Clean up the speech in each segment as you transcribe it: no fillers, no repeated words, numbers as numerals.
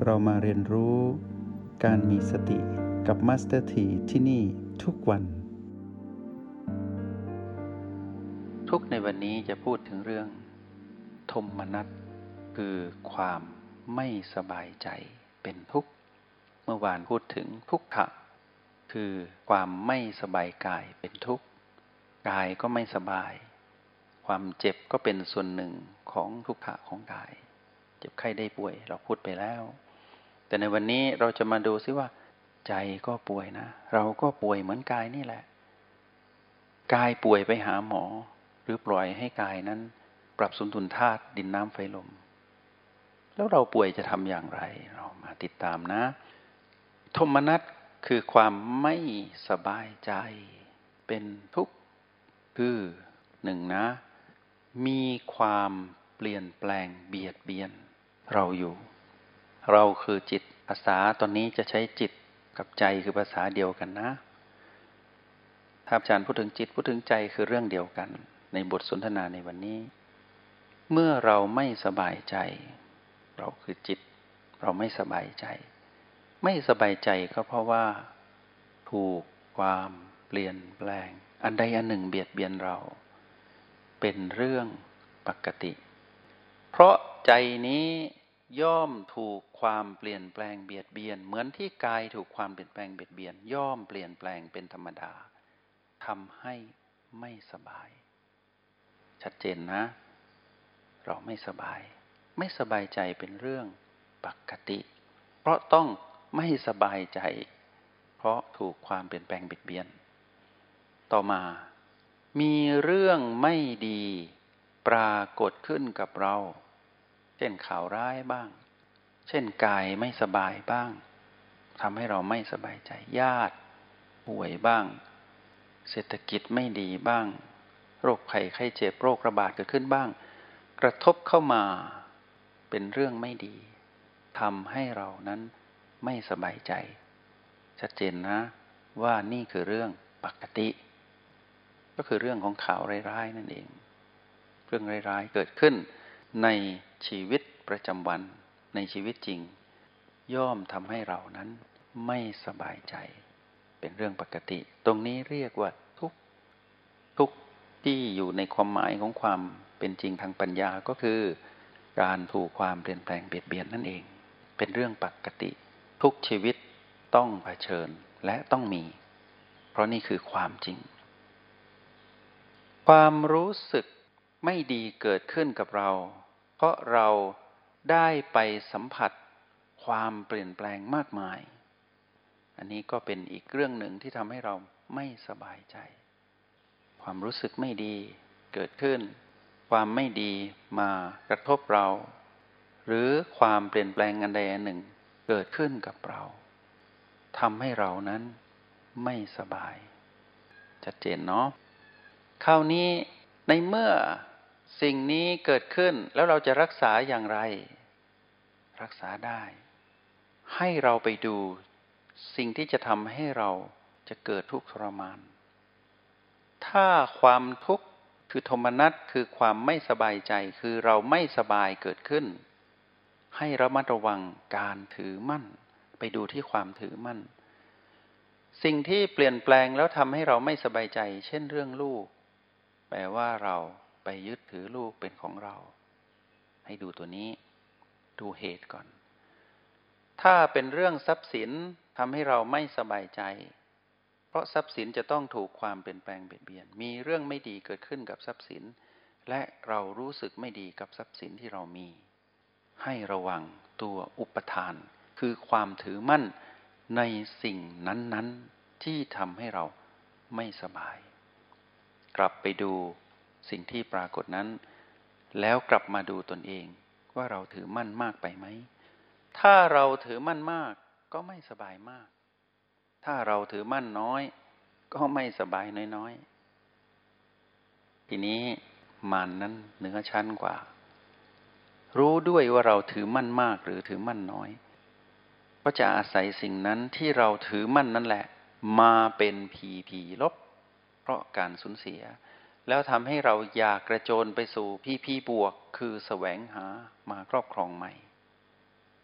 เรามาเรียนรู้การมีสติกับมาสเตอร์ทีที่นี่ทุกวันทุกในวันนี้จะพูดถึงเรื่องโทมนัสคือความไม่สบายใจเป็นทุกข์เมื่อวานพูดถึงทุกขะคือความไม่สบายกายเป็นทุกข์กายก็ไม่สบายความเจ็บก็เป็นส่วนหนึ่งของทุกขะของกายเจ็บไข้ได้ป่วยเราพูดไปแล้วแต่ในวันนี้เราจะมาดูซิว่าใจก็ป่วยนะเราก็ป่วยเหมือนกายนี่แหละกายป่วยไปหาหมอหรือปล่อยให้กายนั้นปรับสมดุลธาตุดินน้ำไฟลมแล้วเราป่วยจะทำอย่างไรเรามาติดตามนะโทมนัสคือความไม่สบายใจเป็นทุกข์คือหนึ่งนะมีความเปลี่ยนแปลงเบียดเบียนเราอยู่เราคือจิตภาษาตอนนี้จะใช้จิตกับใจคือภาษาเดียวกันนะถ้าอาจารย์พูดถึงจิตพูดถึงใจคือเรื่องเดียวกันในบทสนทนาในวันนี้เมื่อเราไม่สบายใจเราคือจิตเราไม่สบายใจไม่สบายใจก็เพราะว่าถูกความเปลี่ยนแปลงอันใดอันหนึ่งเบียดเบียนเราเป็นเรื่องปกติเพราะใจนี้ย่อมถูกความเปลี่ยนแปลงเบียดเบียนเหมือนที่กายถูกความเปลี่ยนแปลงเบียดเบียนย่อมเปลี่ยนแปลงเป็นธรรมดาทำให้ไม่สบายชัดเจนนะเราไม่สบายไม่สบายใจเป็นเรื่องปกติเพราะต้องไม่สบายใจเพราะถูกความเปลี่ยนแปลงเบียดเบียนต่อมามีเรื่องไม่ดีปรากฏขึ้นกับเราเช่นข่าวร้ายบ้างเช่นกายไม่สบายบ้างทำให้เราไม่สบายใจญาติป่วยบ้างเศรษฐกิจไม่ดีบ้างโรคภัยไข้เจ็บโรคระบาดเกิดขึ้นบ้างกระทบเข้ามาเป็นเรื่องไม่ดีทำให้เรานั้นไม่สบายใจชัดเจนนะว่านี่คือเรื่องปกติก็คือเรื่องของข่าวร้ายๆนั่นเองเรื่องร้ายๆเกิดขึ้นในชีวิตประจำวันในชีวิตจริงย่อมทำให้เรานั้นไม่สบายใจเป็นเรื่องปกติตรงนี้เรียกว่าทุกข์ที่อยู่ในความหมายของความเป็นจริงทางปัญญาก็คือการถูกความเปลี่ยนแปลงเบียดเบียนนั่นเองเป็นเรื่องปกติทุกชีวิตต้องเผชิญและต้องมีเพราะนี่คือความจริงความรู้สึกไม่ดีเกิดขึ้นกับเราเพราะเราได้ไปสัมผัสความเปลี่ยนแปลงมากมายอันนี้ก็เป็นอีกเรื่องหนึ่งที่ทำให้เราไม่สบายใจความรู้สึกไม่ดีเกิดขึ้นความไม่ดีมากระทบเราหรือความเปลี่ยนแปลงอันใดอันหนึ่งเกิดขึ้นกับเราทำให้เรานั้นไม่สบายชัดเจนเนาะคราวนี้ในเมื่อสิ่งนี้เกิดขึ้นแล้วเราจะรักษาอย่างไรรักษาได้ให้เราไปดูสิ่งที่จะทำให้เราจะเกิดทุกข์ทรมานถ้าความทุกข์คือโทมนัสคือความไม่สบายใจคือเราไม่สบายเกิดขึ้นให้ระมัดระวังการถือมั่นไปดูที่ความถือมั่นสิ่งที่เปลี่ยนแปลงแล้วทำให้เราไม่สบายใจเช่นเรื่องลูกแปลว่าเราไปยึดถือลูกเป็นของเราให้ดูตัวนี้ดูเหตุก่อนถ้าเป็นเรื่องทรัพย์สินทำให้เราไม่สบายใจเพราะทรัพย์สินจะต้องถูกความเปลี่ยนแปลงเบียดเบียนมีเรื่องไม่ดีเกิดขึ้นกับทรัพย์สินและเรารู้สึกไม่ดีกับทรัพย์สินที่เรามีให้ระวังตัวอุปทานคือความถือมั่นในสิ่งนั้นๆที่ทำให้เราไม่สบายกลับไปดูสิ่งที่ปรากฏนั้นแล้วกลับมาดูตนเองว่าเราถือมั่นมากไปไหมถ้าเราถือมั่นมากก็ไม่สบายมากถ้าเราถือมั่นน้อยก็ไม่สบายน้อยๆทีนี้มันนั้นเหนือชั้นกว่ารู้ด้วยว่าเราถือมั่นมากหรือถือมั่นน้อยก็จะอาศัยสิ่งนั้นที่เราถือมั่นนั่นแหละมาเป็นผีลบเพราะการสูญเสียแล้วทำให้เราอยากกระโจนไปสู่พีบวกคือแสวงหามาครอบครองใหม่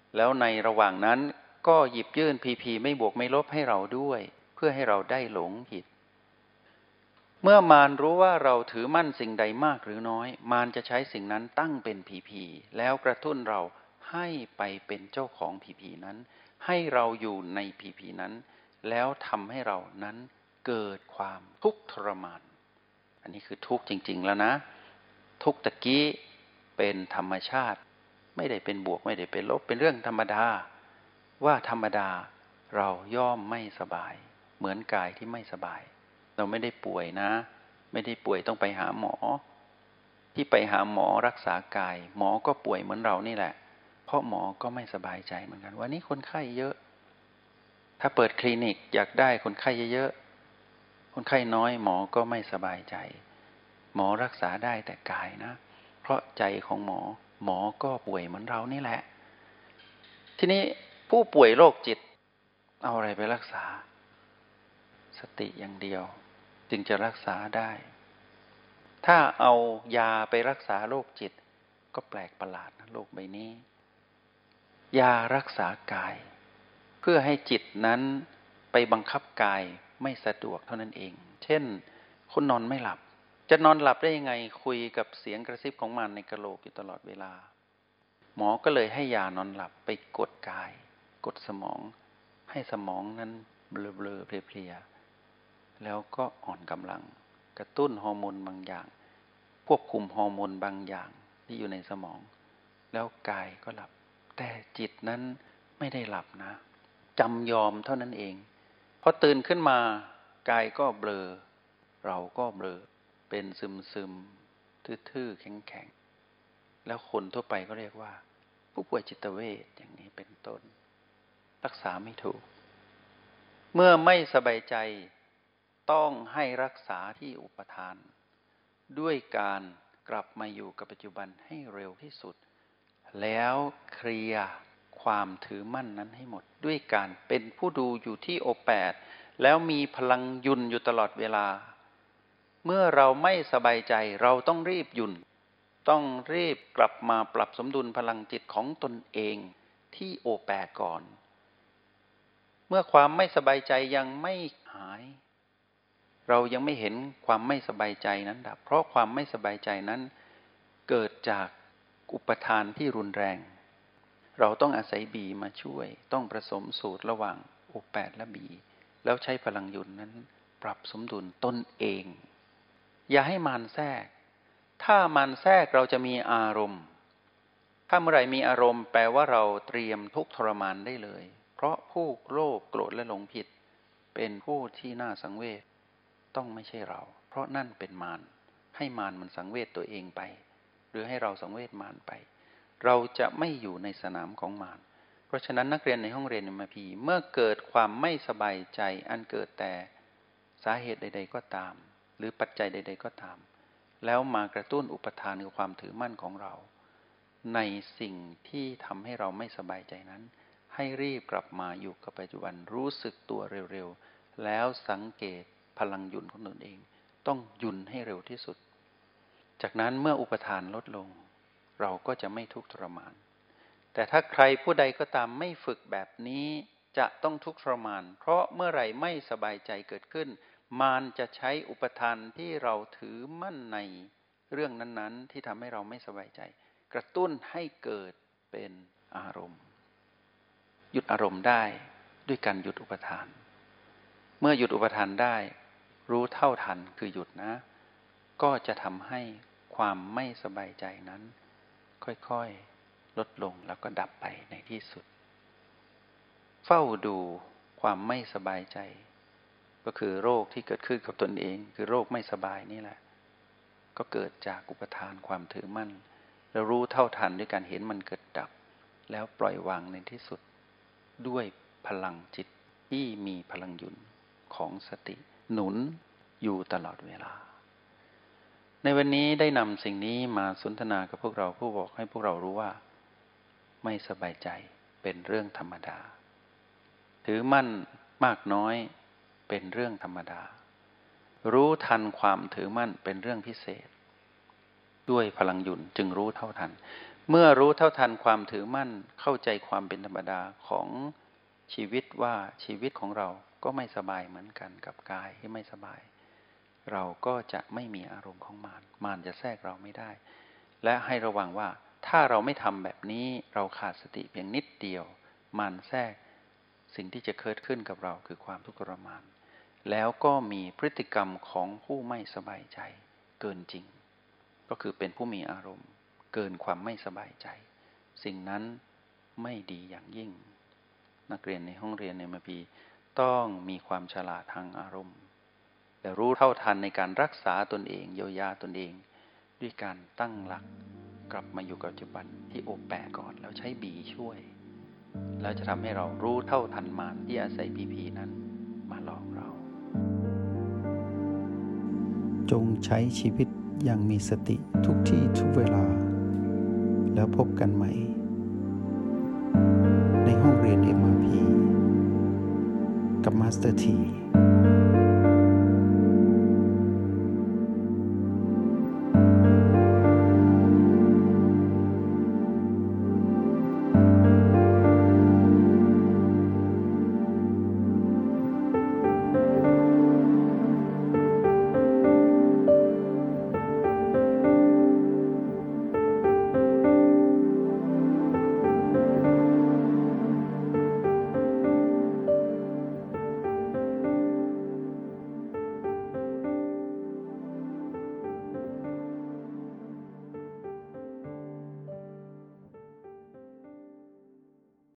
แล้วในระหว่างนั้นก็หยิบยื่นพีไม่บวกไม่ลบให้เราด้วยเพื่อให้เราได้หลงผิดเมื่อมารรู้ว่าเราถือมั่นสิ่งใดมากหรือน้อยมารจะใช้สิ่งนั้นตั้งเป็นพีแล้วกระตุ้นเราให้ไปเป็นเจ้าของพีนั้นให้เราอยู่ในพีนั้นแล้วทำให้เรานั้นเกิดความทุกข์ทรมานอันนี้คือทุกข์จริงๆแล้วนะทุกข์ตะกี้เป็นธรรมชาติไม่ได้เป็นบวกไม่ได้เป็นลบเป็นเรื่องธรรมดาว่าธรรมดาเราย่อมไม่สบายเหมือนกายที่ไม่สบายเราไม่ได้ป่วยนะไม่ได้ป่วยต้องไปหาหมอที่ไปหาหมอรักษากายหมอก็ป่วยเหมือนเรานี่แหละเพราะหมอก็ไม่สบายใจเหมือนกันวันนี้คนไข้เยอะถ้าเปิดคลินิกอยากได้คนไข้เยอะๆคนไข้น้อยหมอก็ไม่สบายใจหมอรักษาได้แต่กายนะเพราะใจของหมอก็ป่วยเหมือนเรานี่แหละทีนี้ผู้ป่วยโรคจิตเอาอะไรไปรักษาสติอย่างเดียวจึงจะรักษาได้ถ้าเอายาไปรักษาโรคจิตก็แปลกประหลาดนะโลกใบนี้ยารักษากายเพื่อให้จิตนั้นไปบังคับกายไม่สะดวกเท่านั้นเองเช่นคนนอนไม่หลับจะนอนหลับได้ยังไงคุยกับเสียงกระซิบของมันในกะโหลกอยู่ตลอดเวลาหมอก็เลยให้ยานอนหลับไปกดกายกดสมองให้สมองนั้นเบลอๆเพลียๆแล้วก็อ่อนกำลังกระตุ้นฮอร์โมนบางอย่างควบคุมฮอร์โมนบางอย่างที่อยู่ในสมองแล้วกายก็หลับแต่จิตนั้นไม่ได้หลับนะจำยอมเท่านั้นเองพอตื่นขึ้นมากายก็เบลอเราก็เบลอเป็นซึมๆทื่อๆแข็งๆแล้วคนทั่วไปก็เรียกว่าผู้ป่วยจิตเวชอย่างนี้เป็นต้นรักษาไม่ถูกเมื่อไม่สบายใจต้องให้รักษาที่อุปทานด้วยการกลับมาอยู่กับปัจจุบันให้เร็วที่สุดแล้วเคลียร์ความถือมั่นนั้นให้หมดด้วยการเป็นผู้ดูอยู่ที่โอแปดแล้วมีพลังยุนอยู่ตลอดเวลาเมื่อเราไม่สบายใจเราต้องรีบหยุดต้องรีบกลับมาปรับสมดุลพลังจิตของตนเองที่โอแปดก่อนเมื่อความไม่สบายใจยังไม่หายเรายังไม่เห็นความไม่สบายใจนั้นดับเพราะความไม่สบายใจนั้นเกิดจากอุปทานที่รุนแรงเราต้องอาศัยบีมาช่วยต้องผสมสูตรระหว่างโอแปดและบีแล้วใช้พลังยุนนั้นปรับสมดุลตนเองอย่าให้มารแทรกถ้ามารแทรกเราจะมีอารมณ์ถ้าเมื่อไหร่มีอารมณ์แปลว่าเราเตรียมทุกข์ทรมานได้เลยเพราะผู้โลภโกรธและหลงผิดเป็นผู้ที่น่าสังเวชต้องไม่ใช่เราเพราะนั่นเป็นมารให้มารมันสังเวชตัวเองไปหรือให้เราสังเวชมารไปเราจะไม่อยู่ในสนามของมารเพราะฉะนั้นนักเรียนในห้องเรียนMIPเมื่อเกิดความไม่สบายใจอันเกิดแต่สาเหตุใดๆก็ตามหรือปัจจัยใดๆก็ตามแล้วมากระตุ้นอุปทานคือความถือมั่นของเราในสิ่งที่ทำให้เราไม่สบายใจนั้นให้รีบกลับมาอยู่กับปัจจุบันรู้สึกตัวเร็วๆแล้วสังเกตพลังยุนของตนเองต้องยุนให้เร็วที่สุดจากนั้นเมื่ออุปทานลดลงเราก็จะไม่ทุกข์ทรมานแต่ถ้าใครผู้ใดก็ตามไม่ฝึกแบบนี้จะต้องทุกข์ทรมานเพราะเมื่อไหร่ไม่สบายใจเกิดขึ้นมารจะใช้อุปทานที่เราถือมั่นในเรื่องนั้นๆที่ทำให้เราไม่สบายใจกระตุ้นให้เกิดเป็นอารมณ์หยุดอารมณ์ได้ด้วยการหยุดอุปทานเมื่อหยุดอุปทานได้รู้เท่าทันคือหยุดนะก็จะทำให้ความไม่สบายใจนั้นค่อยๆลดลงแล้วก็ดับไปในที่สุดเฝ้าดูความไม่สบายใจก็คือโรคที่เกิดขึ้นกับตนเองคือโรคไม่สบายนี่แหละก็เกิดจากอุปทานความถือมั่นแล้วรู้เท่าทันด้วยการเห็นมันเกิดดับแล้วปล่อยวางในที่สุดด้วยพลังจิตที่มีพลังยุนของสติหนุนอยู่ตลอดเวลาในวันนี้ได้นำสิ่งนี้มาสนทนากับพวกเราผู้บอกให้พวกเรารู้ว่าไม่สบายใจเป็นเรื่องธรรมดาถือมั่นมากน้อยเป็นเรื่องธรรมดารู้ทันความถือมั่นเป็นเรื่องพิเศษด้วยพลังยุนจึงรู้เท่าทันเมื่อรู้เท่าทันความถือมั่นเข้าใจความเป็นธรรมดาของชีวิตว่าชีวิตของเราก็ไม่สบายเหมือนกันกับกายที่ไม่สบาย เราก็จะไม่มีอารมณ์ของมารจะแทรกเราไม่ได้ และให้ระวังว่าถ้าเราไม่ทำแบบนี้เราขาดสติเพียงนิดเดียวมารแทรกสิ่งที่จะเกิดขึ้นกับเราคือความทุกข์ทรมานแล้วก็มีพฤติกรรมของผู้ไม่สบายใจเกินจริงก็คือเป็นผู้มีอารมณ์เกินความไม่สบายใจสิ่งนั้นไม่ดีอย่างยิ่งนักเรียนในห้องเรียนในMPต้องมีความฉลาดทางอารมณ์แต่รู้เท่าทันในการรักษาตนเองเยียวยาตนเองด้วยการตั้งหลักกลับมาอยู่กับปัจจุบันที่โอแปะก่อนแล้วใช้บีช่วยแล้วจะทำให้เรารู้เท่าทันมารที่อาศัยพีนั้นมาหลอกเราจงใช้ชีวิตอย่างมีสติทุกที่ทุกเวลาแล้วพบกันใหม่ในห้องเรียน MRP กับมาสเตอร์ที